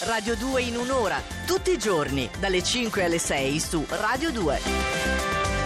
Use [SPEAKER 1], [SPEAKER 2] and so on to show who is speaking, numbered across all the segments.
[SPEAKER 1] Radio 2 in un'ora, tutti i giorni, dalle 5 alle 6 su Radio 2.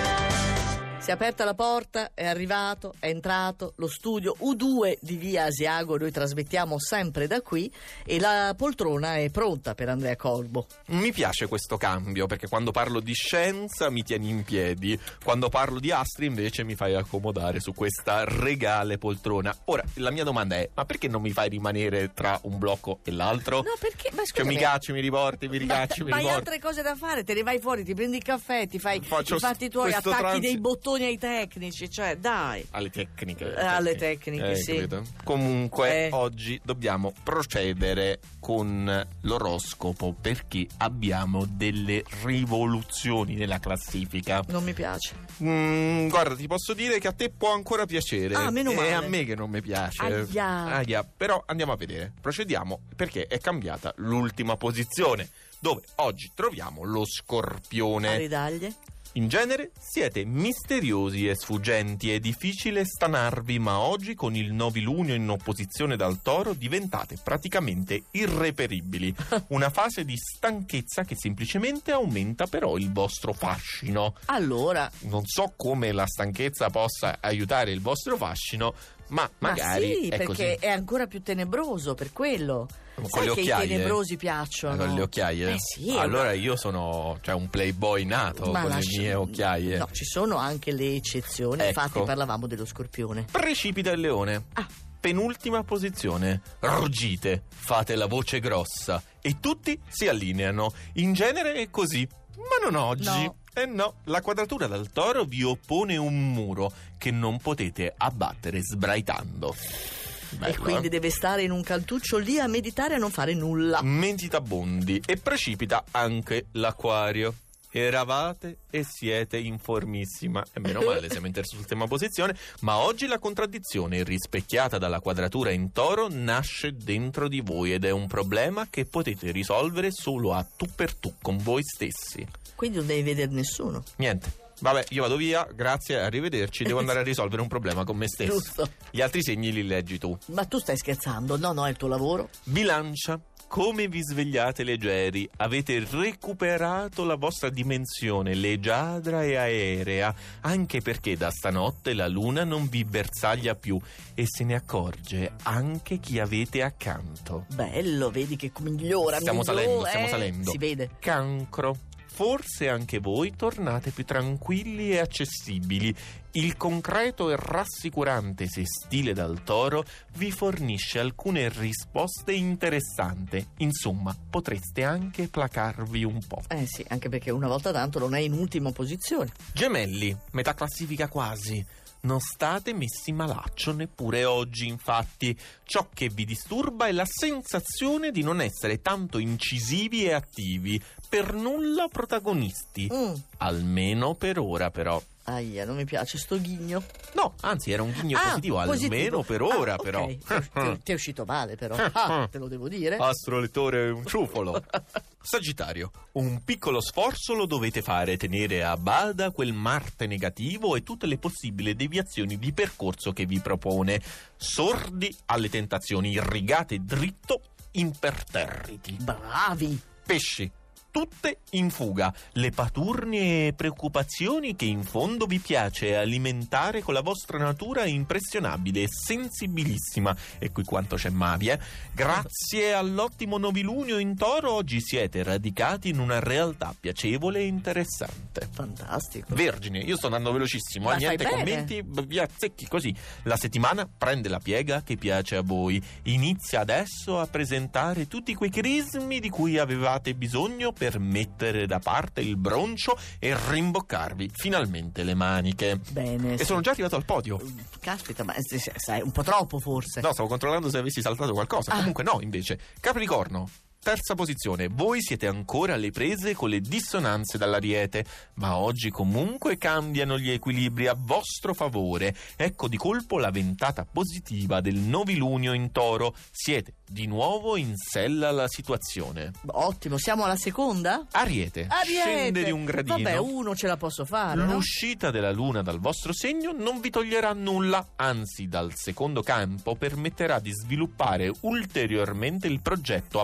[SPEAKER 1] Si è aperta la porta, è arrivato, è entrato lo studio U2 di via Asiago, noi trasmettiamo sempre da qui e la poltrona è pronta per Andrea Corbo.
[SPEAKER 2] Mi piace questo cambio perché quando parlo di scienza mi tieni in piedi, quando parlo di astri invece mi fai accomodare su questa regale poltrona. Ora, la mia domanda è, ma perché non mi fai rimanere tra un blocco e l'altro?
[SPEAKER 1] No, perché? Ma
[SPEAKER 2] cioè mi cacci, mi riporti, mi ricacci, mi riporti.
[SPEAKER 1] Ma hai altre cose da fare, te ne vai fuori, ti prendi il caffè, ti fai i fatti tuoi, attacchi dei bottoni ai tecnici, cioè dai.
[SPEAKER 2] Alle tecniche.
[SPEAKER 1] Alle tecniche, sì.
[SPEAKER 2] Capito? Comunque oggi dobbiamo procedere con l'oroscopo perché abbiamo delle rivoluzioni nella classifica.
[SPEAKER 1] Non mi piace.
[SPEAKER 2] Guarda, ti posso dire che a te può ancora piacere.
[SPEAKER 1] Ah, meno male.
[SPEAKER 2] È a me che non mi piace.
[SPEAKER 1] Aia.
[SPEAKER 2] Però andiamo a vedere. Procediamo perché è cambiata l'ultima posizione, dove oggi troviamo lo Scorpione.
[SPEAKER 1] Ridaglie.
[SPEAKER 2] In genere siete misteriosi e sfuggenti, è difficile stanarvi, ma oggi con il novilunio in opposizione dal Toro diventate praticamente irreperibili. Una fase di stanchezza che semplicemente aumenta però il vostro fascino.
[SPEAKER 1] Allora,
[SPEAKER 2] non so come la stanchezza possa aiutare il vostro fascino, ma magari
[SPEAKER 1] sì,
[SPEAKER 2] è
[SPEAKER 1] perché
[SPEAKER 2] così.
[SPEAKER 1] è ancora più tenebroso, per quello.
[SPEAKER 2] Con
[SPEAKER 1] Sai
[SPEAKER 2] le
[SPEAKER 1] che
[SPEAKER 2] occhiaie?
[SPEAKER 1] I tenebrosi piacciono.
[SPEAKER 2] Con le occhiaie?
[SPEAKER 1] Sì.
[SPEAKER 2] Allora io sono un playboy nato con le mie occhiaie.
[SPEAKER 1] No, ci sono anche le eccezioni.
[SPEAKER 2] Ecco.
[SPEAKER 1] Infatti parlavamo dello Scorpione.
[SPEAKER 2] Precipita il Leone. Penultima posizione. Ruggite, fate la voce grossa e tutti si allineano. In genere è così, ma non oggi.
[SPEAKER 1] No.
[SPEAKER 2] No, la quadratura dal Toro vi oppone un muro che non potete abbattere sbraitando. Bello,
[SPEAKER 1] E quindi deve stare in un cantuccio lì a meditare e a non fare nulla.
[SPEAKER 2] Meditabondi. E precipita anche l'Acquario. Eravate e siete in formissima. E meno male, siamo in terz'ultima posizione. Ma oggi la contraddizione rispecchiata dalla quadratura in Toro nasce dentro di voi ed è un problema che potete risolvere solo a tu per tu con voi stessi.
[SPEAKER 1] Quindi non devi vedere nessuno.
[SPEAKER 2] Niente. Vabbè, io vado via, grazie, arrivederci. Devo andare a risolvere un problema con me stesso.
[SPEAKER 1] Giusto.
[SPEAKER 2] Gli altri segni li leggi tu.
[SPEAKER 1] Ma tu stai scherzando? No, è il tuo lavoro.
[SPEAKER 2] Bilancia. Come vi svegliate leggeri, avete recuperato la vostra dimensione leggiadra e aerea, anche perché da stanotte la luna non vi bersaglia più e se ne accorge anche chi avete accanto.
[SPEAKER 1] Bello, vedi che migliora.
[SPEAKER 2] Stiamo salendo.
[SPEAKER 1] Si vede.
[SPEAKER 2] Cancro. Forse anche voi tornate più tranquilli e accessibili. Il concreto e rassicurante sestile dal Toro vi fornisce alcune risposte interessanti. Insomma, potreste anche placarvi un po'.
[SPEAKER 1] Sì, anche perché una volta tanto non è in ultima posizione.
[SPEAKER 2] Gemelli, metà classifica quasi. Non state messi malaccio neppure oggi, infatti. Ciò che vi disturba è la sensazione di non essere tanto incisivi e attivi, per nulla protagonisti. Almeno per ora, però.
[SPEAKER 1] Aia, non mi piace sto ghigno.
[SPEAKER 2] No, anzi era un ghigno positivo, almeno per ora, però.
[SPEAKER 1] Ti è uscito male, però. Te lo devo dire.
[SPEAKER 2] Astrolettore è un ciufolo. Sagittario, un piccolo sforzo lo dovete fare, tenere a bada quel Marte negativo e tutte le possibili deviazioni di percorso che vi propone. Sordi alle tentazioni, irrigate dritto, imperterriti.
[SPEAKER 1] Bravi.
[SPEAKER 2] Pesci, tutte in fuga, le paturnie e preoccupazioni che in fondo vi piace alimentare con la vostra natura impressionabile e sensibilissima. E qui quanto c'è Mavi, Grazie all'ottimo novilunio in Toro oggi siete radicati in una realtà piacevole e interessante.
[SPEAKER 1] Fantastico.
[SPEAKER 2] Vergine, io sto andando velocissimo,
[SPEAKER 1] Ma
[SPEAKER 2] niente
[SPEAKER 1] fai
[SPEAKER 2] commenti, via secchi così. La settimana prende la piega che piace a voi. Inizia adesso a presentare tutti quei crismi di cui avevate bisogno per mettere da parte il broncio e rimboccarvi finalmente le maniche.
[SPEAKER 1] Bene.
[SPEAKER 2] E sono già arrivato al podio.
[SPEAKER 1] Caspita, ma sai, un po' troppo forse.
[SPEAKER 2] No, stavo controllando se avessi saltato qualcosa. Comunque no, invece. Capricorno, terza posizione. Voi siete ancora alle prese con le dissonanze dall'Ariete, ma oggi comunque cambiano gli equilibri a vostro favore. Ecco di colpo la ventata positiva del novilunio in Toro. Siete di nuovo in sella alla situazione.
[SPEAKER 1] Ottimo, siamo alla seconda?
[SPEAKER 2] Ariete. Scende di un gradino.
[SPEAKER 1] Vabbè, uno ce la posso fare, no?
[SPEAKER 2] L'uscita della luna dal vostro segno non vi toglierà nulla, anzi dal secondo campo permetterà di sviluppare ulteriormente il progetto abbozzato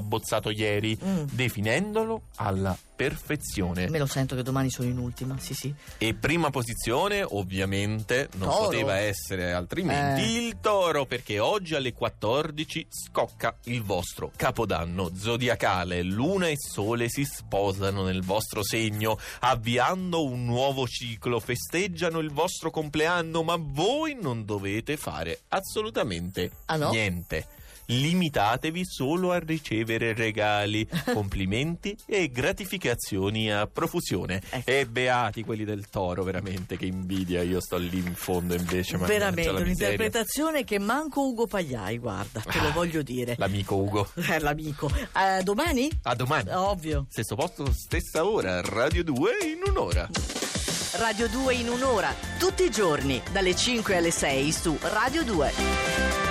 [SPEAKER 2] annunciato ieri, definendolo alla perfezione.
[SPEAKER 1] Me lo sento che domani sono in ultima, sì.
[SPEAKER 2] E prima posizione, ovviamente, non
[SPEAKER 1] Toro.
[SPEAKER 2] poteva essere altrimenti il Toro, perché oggi alle 14 scocca il vostro capodanno zodiacale. Luna e Sole si sposano nel vostro segno, avviando un nuovo ciclo, festeggiano il vostro compleanno, ma voi non dovete fare assolutamente niente. Limitatevi solo a ricevere regali, complimenti e gratificazioni a profusione. E beati quelli del Toro, veramente, che invidia. Io sto lì in fondo invece.
[SPEAKER 1] Veramente un'interpretazione che manco Ugo Pagliai, guarda, te lo voglio dire.
[SPEAKER 2] L'amico Ugo.
[SPEAKER 1] L'amico. Domani?
[SPEAKER 2] A domani.
[SPEAKER 1] Ovvio.
[SPEAKER 2] Stesso posto, stessa ora. Radio 2 in un'ora.
[SPEAKER 1] Radio 2 in un'ora, tutti i giorni, dalle 5 alle 6 su Radio 2.